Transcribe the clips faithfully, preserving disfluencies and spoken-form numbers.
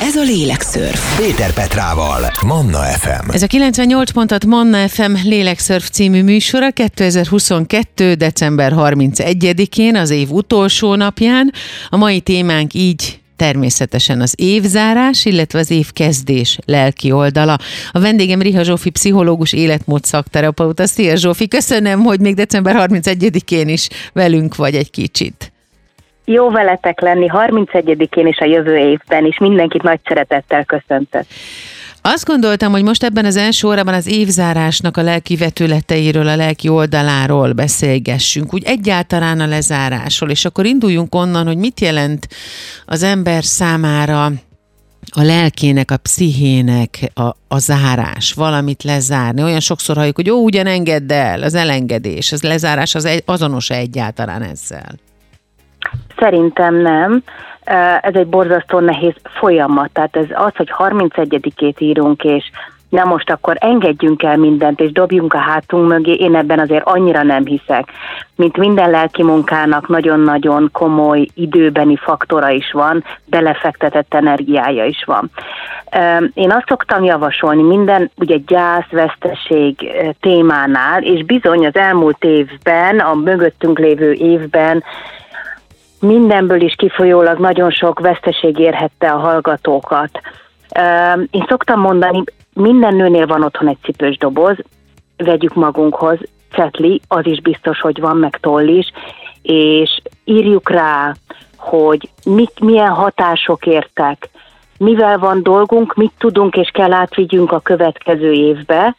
Ez a Lélekszörf. Péter Petrával, Manna ef em. Ez a kilencvennyolc pont hat Manna ef em Lélekszörf című műsora kétezer-huszonkettő. december harmincegyedikén, az év utolsó napján. A mai témánk így természetesen az évzárás, illetve az évkezdés lelki oldala. A vendégem Riha Zsófi, pszichológus, életmód szakterapeuta. Szia Zsófi, köszönöm, hogy még december harmincegyedikén is velünk vagy egy kicsit. Jó veletek lenni harmincegyedikén és a jövő évben is. Mindenkit nagy szeretettel köszöntök. Azt gondoltam, hogy most ebben az első órában az évzárásnak a lelki vetületeiről, a lelki oldaláról beszélgessünk, úgy egyáltalán a lezárásról, és akkor induljunk onnan, hogy mit jelent az ember számára a lelkének, a pszichének a, a zárás, valamit lezárni. Olyan sokszor halljuk, hogy ó, ugyan engedd el, az elengedés, az lezárás az egy, azonos egyáltalán ezzel? Szerintem nem. Ez egy borzasztó nehéz folyamat. Tehát ez az, hogy harmincegyedikét írunk, és na most akkor engedjünk el mindent, és dobjunk a hátunk mögé, én ebben azért annyira nem hiszek. Mint minden lelki munkának nagyon-nagyon komoly időbeni faktora is van, belefektetett energiája is van. Én azt szoktam javasolni minden ugye gyász, veszteség témánál, és bizony az elmúlt évben, a mögöttünk lévő évben mindenből is kifolyólag nagyon sok veszteség érhette a hallgatókat. Én szoktam mondani, minden nőnél van otthon egy cipős doboz, vegyük magunkhoz, cetli, az is biztos, hogy van, meg toll is, és írjuk rá, hogy mit, milyen hatások értek, mivel van dolgunk, mit tudunk és kell átvigyünk a következő évbe,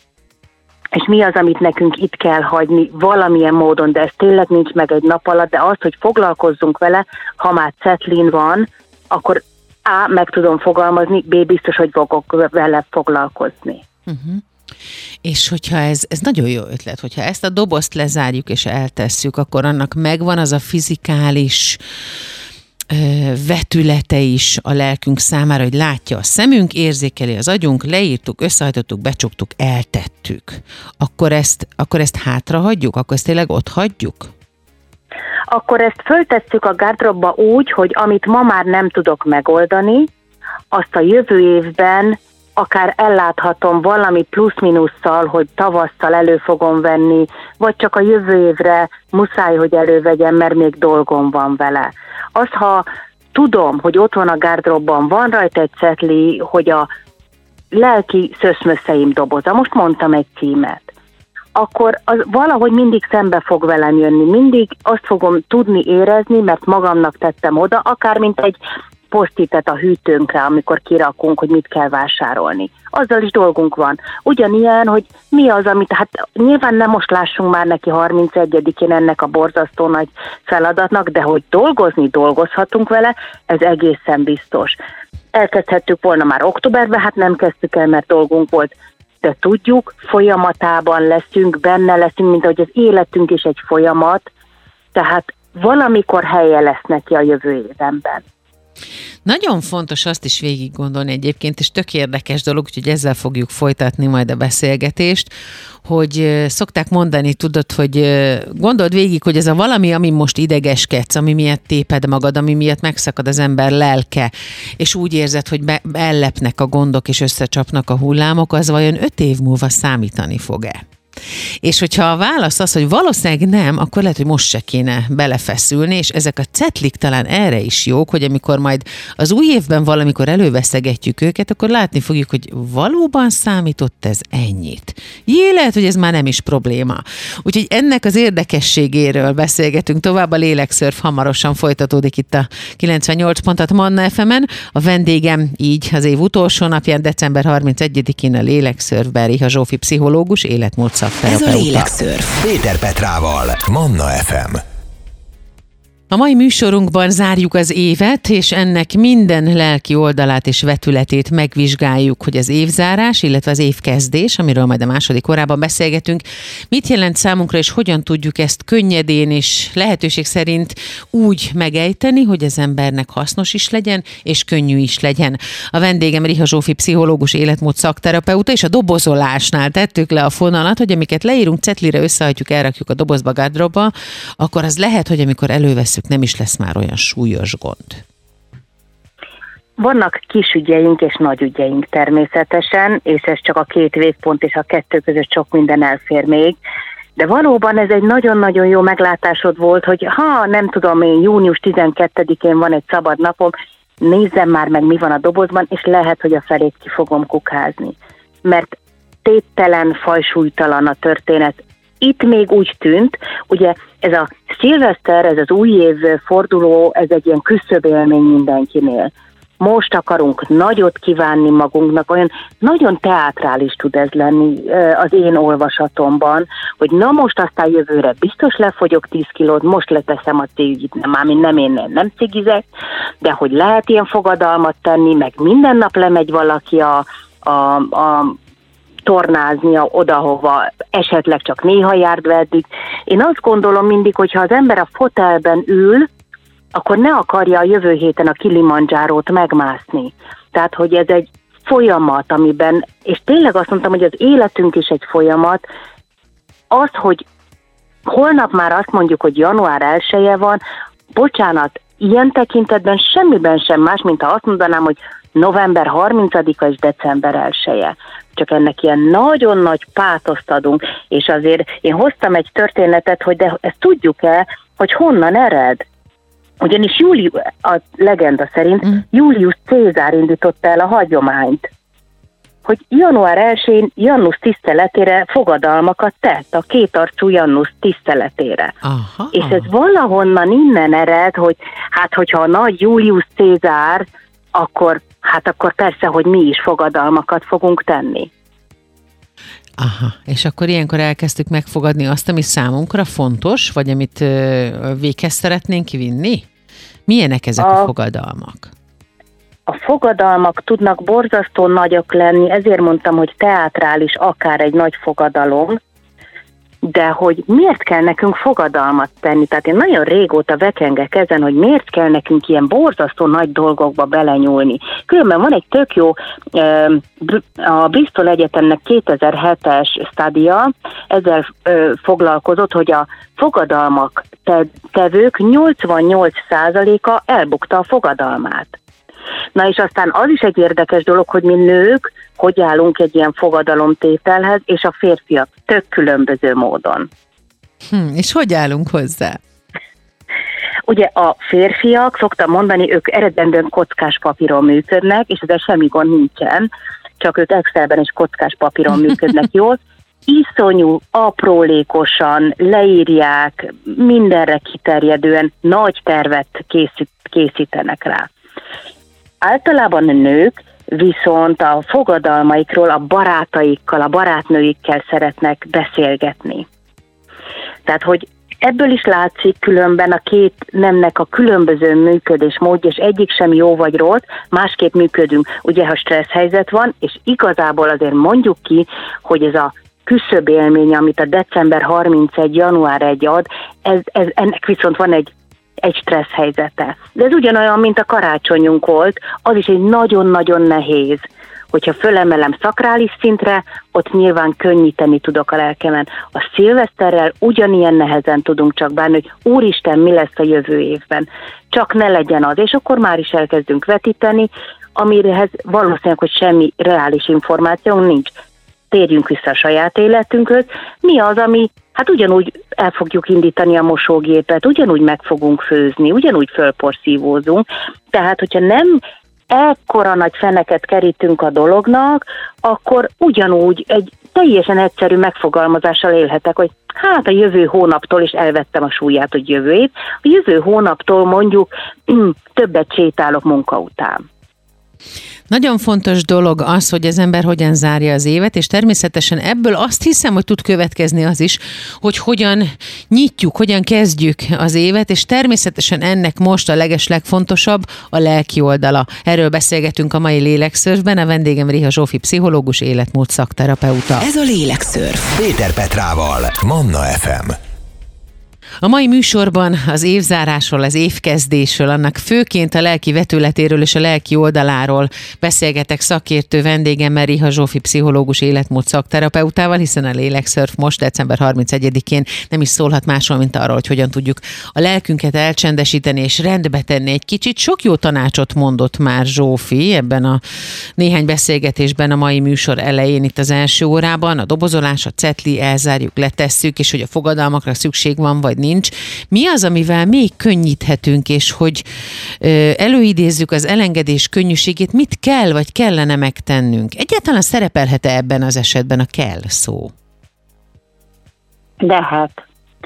és mi az, amit nekünk itt kell hagyni valamilyen módon, de ez tényleg nincs meg egy nap alatt, de az, hogy foglalkozzunk vele, ha már cetlin van, akkor A, meg tudom fogalmazni, B, biztos, hogy fogok vele foglalkozni. Uh-huh. És hogyha ez, ez nagyon jó ötlet, hogyha ezt a dobozt lezárjuk és eltesszük, akkor annak megvan az a fizikális vetülete is a lelkünk számára, hogy látja a szemünk, érzékeli az agyunk, leírtuk, összehajtottuk, becsuktuk, eltettük. Akkor ezt, akkor ezt hátrahagyjuk? Akkor ezt tényleg ott hagyjuk? Akkor ezt föltesszük a gardróbba úgy, hogy amit ma már nem tudok megoldani, azt a jövő évben akár elláthatom valami plusz-minusszal, hogy tavasszal elő fogom venni, vagy csak a jövő évre muszáj, hogy elővegyem, mert még dolgom van vele. Az, ha tudom, hogy ott van a gárdróbban, van rajta egy cetli, hogy a lelki szöszmösszeim doboza, most mondtam egy címet, akkor az valahogy mindig szembe fog velem jönni, mindig azt fogom tudni érezni, mert magamnak tettem oda, akár mint egy posztitet a hűtőnkre, amikor kirakunk, hogy mit kell vásárolni. Azzal is dolgunk van. Ugyanilyen, hogy mi az, amit, hát nyilván nem most lássunk már neki harmincegyedikén ennek a borzasztó nagy feladatnak, de hogy dolgozni, dolgozhatunk vele, ez egészen biztos. Elkezdhettük volna már októberben, hát nem kezdtük el, mert dolgunk volt, de tudjuk, folyamatában leszünk, benne leszünk, mint ahogy az életünk is egy folyamat, tehát valamikor helye lesz neki a jövő évemben. Nagyon fontos azt is végig gondolni egyébként, és tök érdekes dolog, úgyhogy ezzel fogjuk folytatni majd a beszélgetést, hogy szokták mondani, tudod, hogy gondold végig, hogy ez a valami, ami most idegeskedsz, ami miatt téped magad, ami miatt megszakad az ember lelke, és úgy érzed, hogy be, ellepnek a gondok és összecsapnak a hullámok, az vajon öt év múlva számítani fog-e? És hogyha a válasz az, hogy valószínűleg nem, akkor lehet, hogy most se kéne belefeszülni, és ezek a cetlik talán erre is jók, hogy amikor majd az új évben valamikor előveszegetjük őket, akkor látni fogjuk, hogy valóban számított ez ennyit. Jé, lehet, hogy ez már nem is probléma. Úgyhogy ennek az érdekességéről beszélgetünk tovább, a Lélekszörf hamarosan folytatódik itt a kilencvennyolc pont hat Manna ef emen. A vendégem így az év utolsó napján, december harmincegyedikén a Lélekszörfben Riha Zsófi, pszichológus, életmód szakterapeuta. Ez a Lélekszörf. Péter Petrával, Manna ef em. A mai műsorunkban zárjuk az évet, és ennek minden lelki oldalát és vetületét megvizsgáljuk, hogy az évzárás, illetve az évkezdés, amiről majd a második órában beszélgetünk, mit jelent számunkra, és hogyan tudjuk ezt könnyedén és lehetőség szerint úgy megejteni, hogy az embernek hasznos is legyen, és könnyű is legyen. A vendégem Riha Zsófi, pszichológus, életmód szakterapeuta, és a dobozolásnál tettük le a fonalat, hogy amiket leírunk cetlire, összehajtjuk, elrakjuk a dobozba, gardróbba, akkor az lehet, hogy amikor előveszünk, nem is lesz már olyan súlyos gond. vannak kis ügyeink és nagy ügyeink természetesen, és ez csak a két végpont, és a kettő között sok minden elfér még. De valóban ez egy nagyon-nagyon jó meglátásod volt, hogy ha nem tudom én, június tizenkettedikén van egy szabad napom, nézzem már meg, mi van a dobozban, és lehet, hogy a felét ki fogom kukázni. Mert téttelen, fajsúlytalan a történet. Itt még úgy tűnt, ugye ez a szilveszter, ez az új év forduló, ez egy ilyen küszöbélmény mindenkinél. Most akarunk nagyot kívánni magunknak, olyan nagyon teátrális tud ez lenni az én olvasatomban, hogy na most aztán jövőre biztos lefogyok tíz kilót, most leteszem a cigit, nem, már nem én nem, nem cigizek, de hogy lehet ilyen fogadalmat tenni, meg minden nap lemegy valaki a, a, a tornáznia oda-hova esetleg csak néha járt eddig. Én azt gondolom mindig, hogyha az ember a fotelben ül, akkor ne akarja a jövő héten a Kilimanjárót megmászni. Tehát, hogy ez egy folyamat, amiben, és tényleg azt mondtam, hogy az életünk is egy folyamat, az, hogy holnap már azt mondjuk, hogy január elseje van, bocsánat, ilyen tekintetben semmiben sem más, mint ha azt mondanám, hogy november harmincadika és december elseje. Csak ennek ilyen nagyon nagy pátoszt adunk, és azért én hoztam egy történetet, hogy de ezt tudjuk-e, hogy honnan ered? Ugyanis Július, a legenda szerint mm. Július Cézár indította el a hagyományt, hogy január elsején Jannusz tiszteletére fogadalmakat tett, a kétarcú Jannusz tiszteletére. Aha. És ez valahonnan innen ered, hogy hát hogyha a nagy Július Cézár, akkor, hát akkor persze, hogy mi is fogadalmakat fogunk tenni. Aha, és akkor ilyenkor elkezdtük megfogadni azt, ami számunkra fontos, vagy amit véghez szeretnénk vinni? Milyenek ezek a, a fogadalmak? A fogadalmak tudnak borzasztó nagyok lenni, ezért mondtam, hogy teátrális akár egy nagy fogadalom, de hogy miért kell nekünk fogadalmat tenni? Tehát én nagyon régóta vekengek ezen, hogy miért kell nekünk ilyen borzasztó nagy dolgokba belenyúlni. Különben van egy tök jó, a Bristol Egyetemnek kétezer-hetes sztádia, ezzel foglalkozott, hogy a fogadalmak tevők nyolcvannyolc százaléka elbukta a fogadalmát. Na és aztán az is egy érdekes dolog, hogy mi nők hogy állunk egy ilyen fogadalomtételhez, és a férfiak tök különböző módon. Hm, és hogy állunk hozzá? Ugye a férfiak, szoktam mondani, ők eredendően kockás papíron működnek, és ezzel semmi gond nincsen, csak ők Excelben és kockás papíron működnek jól. Iszonyú, aprólékosan leírják, mindenre kiterjedően nagy tervet készít, készítenek rá. Általában a nők viszont a fogadalmaikról a barátaikkal, a barátnőikkel szeretnek beszélgetni. Tehát, hogy ebből is látszik különben a két nemnek a különböző működésmódja, és egyik sem jó vagy rossz, másképp működünk. Ugye, ha stressz helyzet van, és igazából azért mondjuk ki, hogy ez a küszöbélmény, amit a december harmincegy, január elseje ad, ez, ez, ennek viszont van egy egy stressz helyzete. De ez ugyanolyan, mint a karácsonyunk volt, az is egy nagyon-nagyon nehéz. Hogyha fölemelem szakrális szintre, ott nyilván könnyíteni tudok a lelkemen. A szilveszterrel ugyanilyen nehezen tudunk csak bánni, hogy úristen, mi lesz a jövő évben. Csak ne legyen az, és akkor már is elkezdünk vetíteni, amihez valószínűleg, hogy semmi reális információnk nincs. Térjünk vissza a saját életünkhöz. Mi az, ami, hát ugyanúgy el fogjuk indítani a mosógépet, ugyanúgy meg fogunk főzni, ugyanúgy fölporszívózunk. Tehát, hogyha nem ekkora nagy feneket kerítünk a dolognak, akkor ugyanúgy egy teljesen egyszerű megfogalmazással élhetek, hogy hát a jövő hónaptól, és elvettem a súlyát, hogy jövő év, a jövő hónaptól mondjuk többet sétálok munka után. Nagyon fontos dolog az, hogy az ember hogyan zárja az évet, és természetesen ebből azt hiszem, hogy tud következni az is, hogy hogyan nyitjuk, hogyan kezdjük az évet, és természetesen ennek most a legeslegfontosabb a lelki oldala. Erről beszélgetünk a mai Lélekszörfben, a vendégem Réha Zsófi pszichológus, életmód szakterapeuta. Ez a Lélekszörf. Péter Petrával, Manna ef em. A mai műsorban az évzárásról, az évkezdésről, annak főként a lelki vetületéről és a lelki oldaláról beszélgetek szakértő vendégemmel, Riha Zsófi pszichológus, életmód szakterapeutával, hiszen a Lélekszörf most december harmincegyedikén nem is szólhat másról, mint arról, hogy hogyan tudjuk a lelkünket elcsendesíteni és rendbe tenni egy kicsit. Sok jó tanácsot mondott már Zsófi ebben a néhány beszélgetésben a mai műsor elején, itt az első órában. A dobozolás, a cetli, elzárjuk, letesszük, és hogy a fogadalmakra szükség van, vagy nincs. Mi az, amivel még könnyíthetünk, és hogy ö, előidézzük az elengedés könnyűségét, mit kell, vagy kellene megtennünk? Egyáltalán szerepelhet-e ebben az esetben a kell szó? De hát.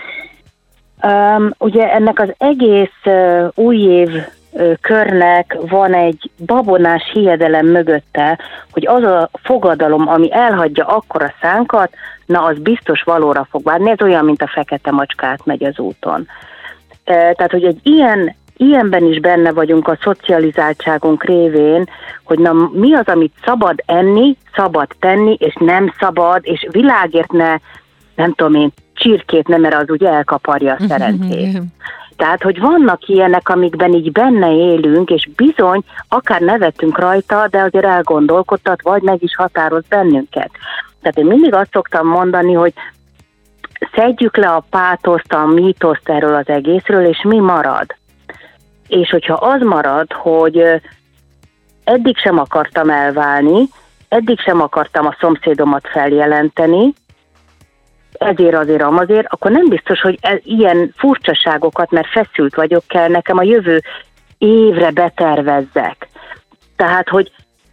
Um, ugye ennek az egész uh, új év uh, körnek van egy babonás hiedelem mögötte, hogy az a fogadalom, ami elhagyja akkora szánkat, na az biztos valóra fog válni. Ez olyan, mint a fekete macskát megy az úton. Uh, tehát, hogy egy ilyen, ilyenben is benne vagyunk a szocializáltságunk révén, hogy na mi az, amit szabad enni, szabad tenni, és nem szabad, és világért ne, nem tudom én, csirkét nem, mert az ugye elkaparja a szerencsét. Tehát, hogy vannak ilyenek, amikben így benne élünk, és bizony, akár nevettünk rajta, de azért elgondolkodtat, vagy meg is határoz bennünket. Tehát én mindig azt szoktam mondani, hogy szedjük le a pátoszt, a mítoszt erről az egészről, és mi marad. És hogyha az marad, hogy eddig sem akartam elválni, eddig sem akartam a szomszédomat feljelenteni, ezért azért amazért, akkor nem biztos, hogy ez, ilyen furcsaságokat, mert feszült vagyok, kell nekem a jövő évre betervezzek. Tehát, hogy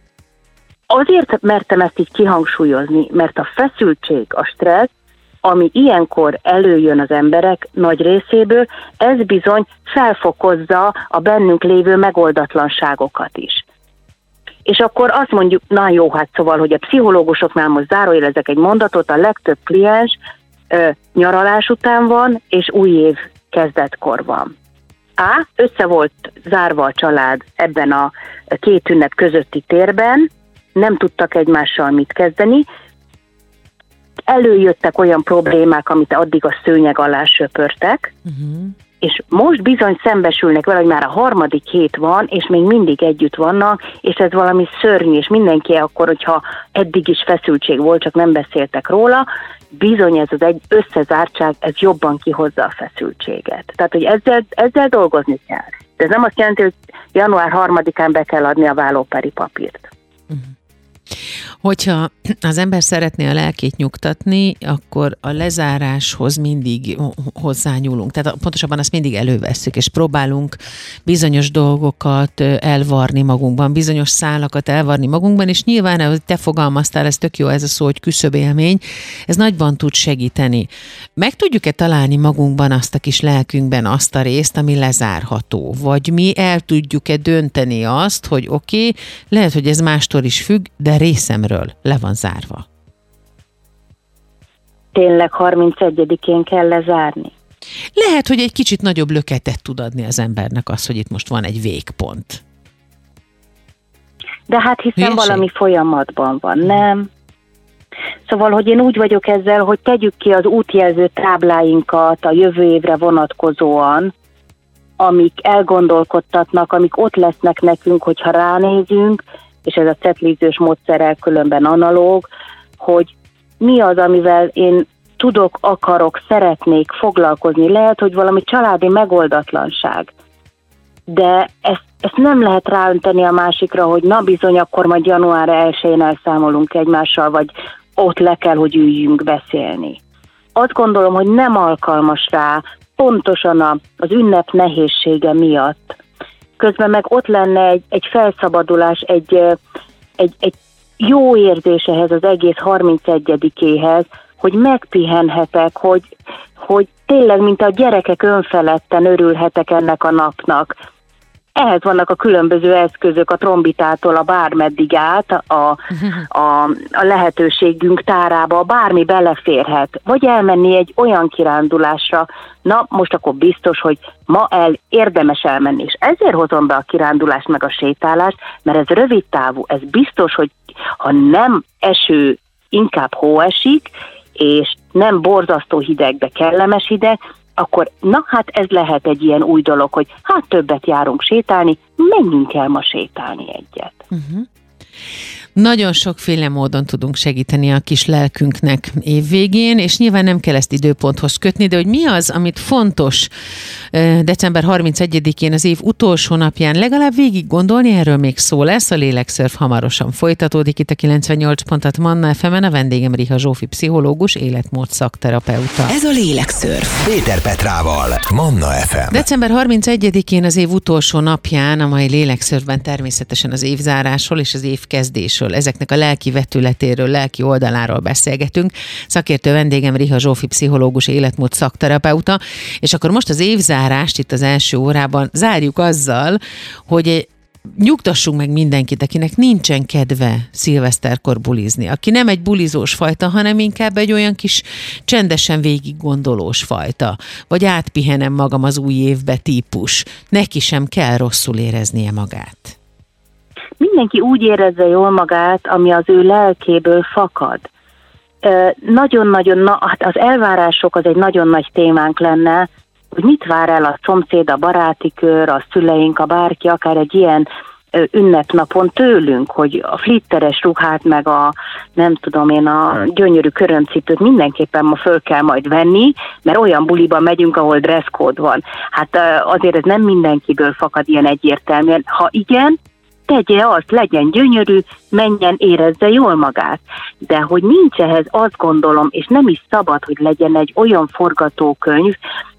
azért mertem ezt így kihangsúlyozni, mert a feszültség, a stressz, ami ilyenkor előjön az emberek nagy részéből, ez bizony felfokozza a bennünk lévő megoldatlanságokat is. És akkor azt mondjuk, na jó, hát szóval, hogy a pszichológusoknál most zárójelezek egy mondatot, a legtöbb kliens ö, nyaralás után van, és új év kezdetkor van. Á, össze volt zárva a család ebben a két ünnep közötti térben, nem tudtak egymással mit kezdeni, előjöttek olyan problémák, amit addig a szőnyeg alá söpörtek, uh-huh. és most bizony szembesülnek vele, hogy már a harmadik hét van, és még mindig együtt vannak, és ez valami szörnyű, és mindenki akkor, hogyha eddig is feszültség volt, csak nem beszéltek róla, bizony ez az egy összezártság, ez jobban kihozza a feszültséget. Tehát, hogy ezzel, ezzel dolgozni kell. De ez nem azt jelenti, hogy január harmadikán be kell adni a vállóperi papírt. Uh-huh. Hogyha az ember szeretné a lelkét nyugtatni, akkor a lezáráshoz mindig hozzányúlunk. Tehát pontosabban azt mindig elővesszük, és próbálunk bizonyos dolgokat elvarni magunkban, bizonyos szálakat elvarni magunkban, és nyilván, ahogy te fogalmaztál, ez tök jó, ez a szó, hogy küszöbélmény, ez nagyban tud segíteni. Meg tudjuk-e találni magunkban azt a kis lelkünkben azt a részt, ami lezárható? Vagy mi el tudjuk-e dönteni azt, hogy oké, okay, lehet, hogy ez mástól is függ, de részemről le van zárva. Tényleg harmincegyedikén kell lezárni? Lehet, hogy egy kicsit nagyobb löketet tud adni az embernek az, hogy itt most van egy végpont. De hát hiszen Hülyeség? Valami folyamatban van, nem? Szóval, hogy én úgy vagyok ezzel, hogy tegyük ki az útjelző tábláinkat a jövő évre vonatkozóan, amik elgondolkodtatnak, amik ott lesznek nekünk, hogyha ránézünk, és ez a cetlizős módszerrel különben analóg, hogy mi az, amivel én tudok, akarok, szeretnék foglalkozni. Lehet, hogy valami családi megoldatlanság, de ezt, ezt nem lehet ráönteni a másikra, hogy na bizony, akkor majd január elsején elszámolunk egymással, vagy ott le kell, hogy üljünk beszélni. Azt gondolom, hogy nem alkalmas rá, pontosan az ünnep nehézsége miatt. Közben meg ott lenne egy, egy felszabadulás, egy, egy, egy jó érzés ehhez az egész harmincegyedikéhez, hogy megpihenhetek, hogy, hogy tényleg, mint a gyerekek önfeledten örülhetek ennek a napnak. Ehhez vannak a különböző eszközök, a trombitától a bármeddig át, a, a, a lehetőségünk tárába, bármi beleférhet. Vagy elmenni egy olyan kirándulásra, na most akkor biztos, hogy ma el érdemes elmenni. És ezért hozom be a kirándulást meg a sétálást, mert ez rövid távú. Ez biztos, hogy ha nem eső, inkább hó esik, és nem borzasztó hideg, de kellemes hideg, akkor na hát ez lehet egy ilyen új dolog, hogy hát többet járunk sétálni, menjünk el ma sétálni egyet. Uh-huh. Nagyon sokféle módon tudunk segíteni a kis lelkünknek évvégén, és nyilván nem kell ezt időponthoz kötni, de hogy mi az, amit fontos december harmincegyedikén az év utolsó napján legalább végig gondolni, erről még szó lesz, a Lélekszörf hamarosan folytatódik itt a kilencvennyolc pont hat Manna ef emen, a vendégem Riha Zsófi pszichológus, életmód szakterapeuta. Ez a Lélekszörf. Péter Petrával, Manna ef em. december harmincegyedikén az év utolsó napján, a mai Lélekszörfben természetesen az évzárásról és az évkezdésről, ezeknek a lelki vetületéről, lelki oldaláról beszélgetünk. Szakértő vendégem Riha Zsófi pszichológus, életmód szakterapeuta, és akkor most az évzárást itt az első órában zárjuk azzal, hogy nyugtassunk meg mindenkit, akinek nincsen kedve szilveszterkor bulizni, aki nem egy bulizós fajta, hanem inkább egy olyan kis csendesen végig gondolós fajta, vagy átpihenem magam az új évbe típus. Neki sem kell rosszul éreznie magát. Mindenki úgy érezze jól magát, ami az ő lelkéből fakad. Nagyon-nagyon, na, hát az elvárások az egy nagyon nagy témánk lenne, hogy mit vár el a szomszéd, a baráti kör, a szüleink, a bárki, akár egy ilyen ünnepnapon tőlünk, hogy a flitteres ruhát, meg a nem tudom én, a gyönyörű körömcipőt mindenképpen ma föl kell majd venni, mert olyan buliba megyünk, ahol dresscode van. Hát azért ez nem mindenkiből fakad ilyen egyértelműen. Ha igen, tegye azt, legyen gyönyörű, menjen, érezze jól magát. De hogy nincs ehhez, azt gondolom, és nem is szabad, hogy legyen egy olyan forgatókönyv,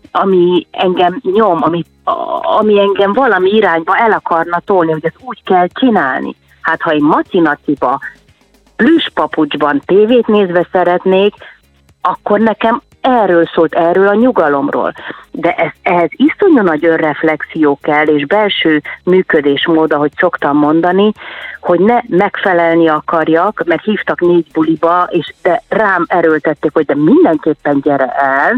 ami engem nyom, ami, ami engem valami irányba el akarna tolni, hogy ezt úgy kell csinálni. Hát ha én macinaciba, plüsspapucsban tévét nézve szeretnék, akkor nekem erről szólt, erről a nyugalomról. De ez, ehhez iszonyú nagy önreflexió kell, és belső működésmód, ahogy szoktam mondani, hogy ne megfelelni akarjak, mert hívtak négy buliba, és de rám erőltették, hogy de mindenképpen gyere el,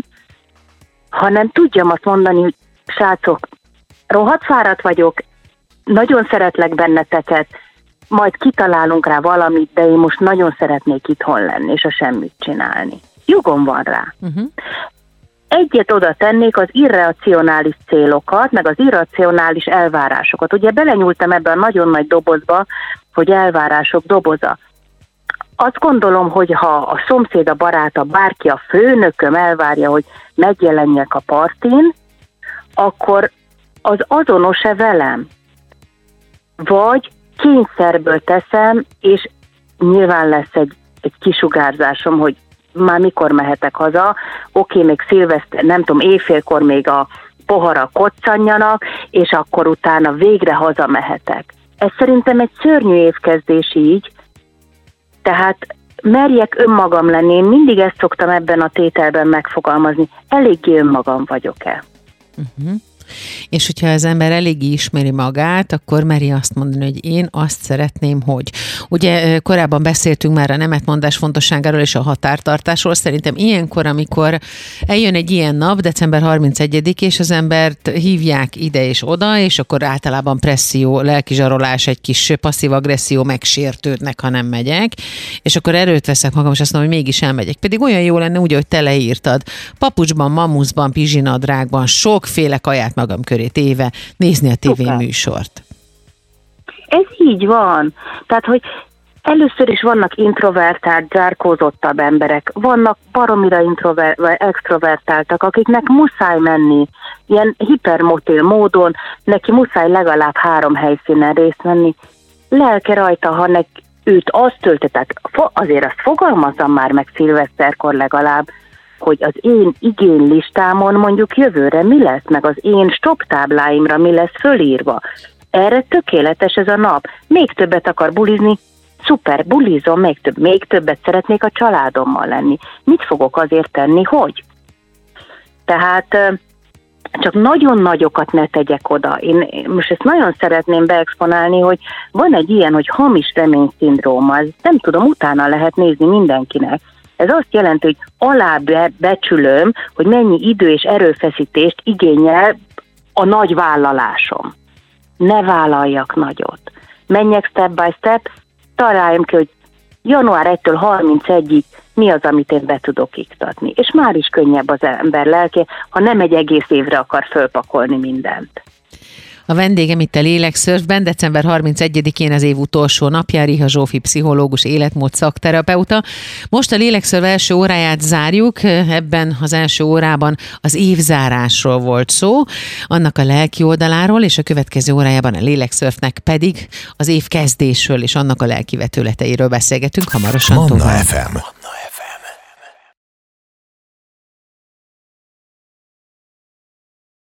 hanem tudjam azt mondani, hogy srácok, rohadt fáradt vagyok, nagyon szeretlek benneteket, majd kitalálunk rá valamit, de én most nagyon szeretnék itthon lenni, és a semmit csinálni. Jogom van rá. Uh-huh. Egyet oda tennék, az irracionális célokat, meg az irracionális elvárásokat. Ugye belenyúltam ebbe a nagyon nagy dobozba, hogy elvárások doboza. Azt gondolom, hogy ha a szomszéd, a barát, a bárki, a főnököm elvárja, hogy megjelenjek a partin, akkor az azonos-e velem? Vagy kényszerből teszem, és nyilván lesz egy, egy kisugárzásom, hogy már mikor mehetek haza, oké, még szilveszter, nem tudom, éjfélkor még a poharak koccanjanak, és akkor utána végre hazamehetek. Ez szerintem egy szörnyű évkezdés így, tehát merjek önmagam lenni, én mindig ezt szoktam ebben a tételben megfogalmazni, eléggé önmagam vagyok-e. Uh-huh. És hogyha az ember eléggé ismeri magát, akkor meri azt mondani, hogy én azt szeretném, hogy. Ugye korábban beszéltünk már a nemetmondás fontosságáról és a határtartásról. Szerintem ilyenkor, amikor eljön egy ilyen nap, december harmincegyedike, és az embert hívják ide és oda, és akkor általában presszió, lelkizsarolás, egy kis passzív agresszió, megsértődnek, ha nem megyek, és akkor erőt veszek magam, és azt mondom, hogy mégis elmegyek. Pedig olyan jó lenne, úgy, ahogy te leírtad. Papucsban, mamuszban, pizsinadrágban, sokféle kaját magam köré téve, nézni a tévéműsort. Ez így van. Tehát, hogy először is vannak introvertált, zárkózottabb emberek, vannak baromira introver- vagy extrovertáltak, akiknek muszáj menni, ilyen hipermotil módon, neki muszáj legalább három helyszínen részt venni. Lelke rajta, ha nek őt azt tölte, tehát azért azt fogalmazzam már meg szilveszterkor legalább, hogy az én igénylistámon mondjuk jövőre mi lesz, meg az én stopptábláimra mi lesz fölírva. Erre tökéletes ez a nap. Még többet akar bulizni, szuper, bulizom, még, több, még többet szeretnék a családommal lenni. Mit fogok azért tenni, hogy? Tehát csak nagyon nagyokat ne tegyek oda. Én most ezt nagyon szeretném beexponálni, hogy van egy ilyen, hogy hamis reményszindróma, nem tudom, utána lehet nézni mindenkinek. Ez azt jelenti, hogy alábecsülöm, hogy mennyi idő és erőfeszítést igényel a nagy vállalásom. Ne vállaljak nagyot. Menjek step by step, találjam ki, hogy január elsejétől harmincegyedikéig mi az, amit én be tudok iktatni. És már is könnyebb az ember lelke, ha nem egy egész évre akar fölpakolni mindent. A vendégem itt a Lélekszörfben, december harmincegyedikén az év utolsó napján, Riha Zsófi pszichológus, életmód szakterapeuta. Most a Lélekszörf első óráját zárjuk, ebben az első órában az évzárásról volt szó, annak a lelki oldaláról, és a következő órájában a Lélekszörfnek pedig az év kezdésről és annak a lelki vetületeiről beszélgetünk hamarosan Manna tovább. ef em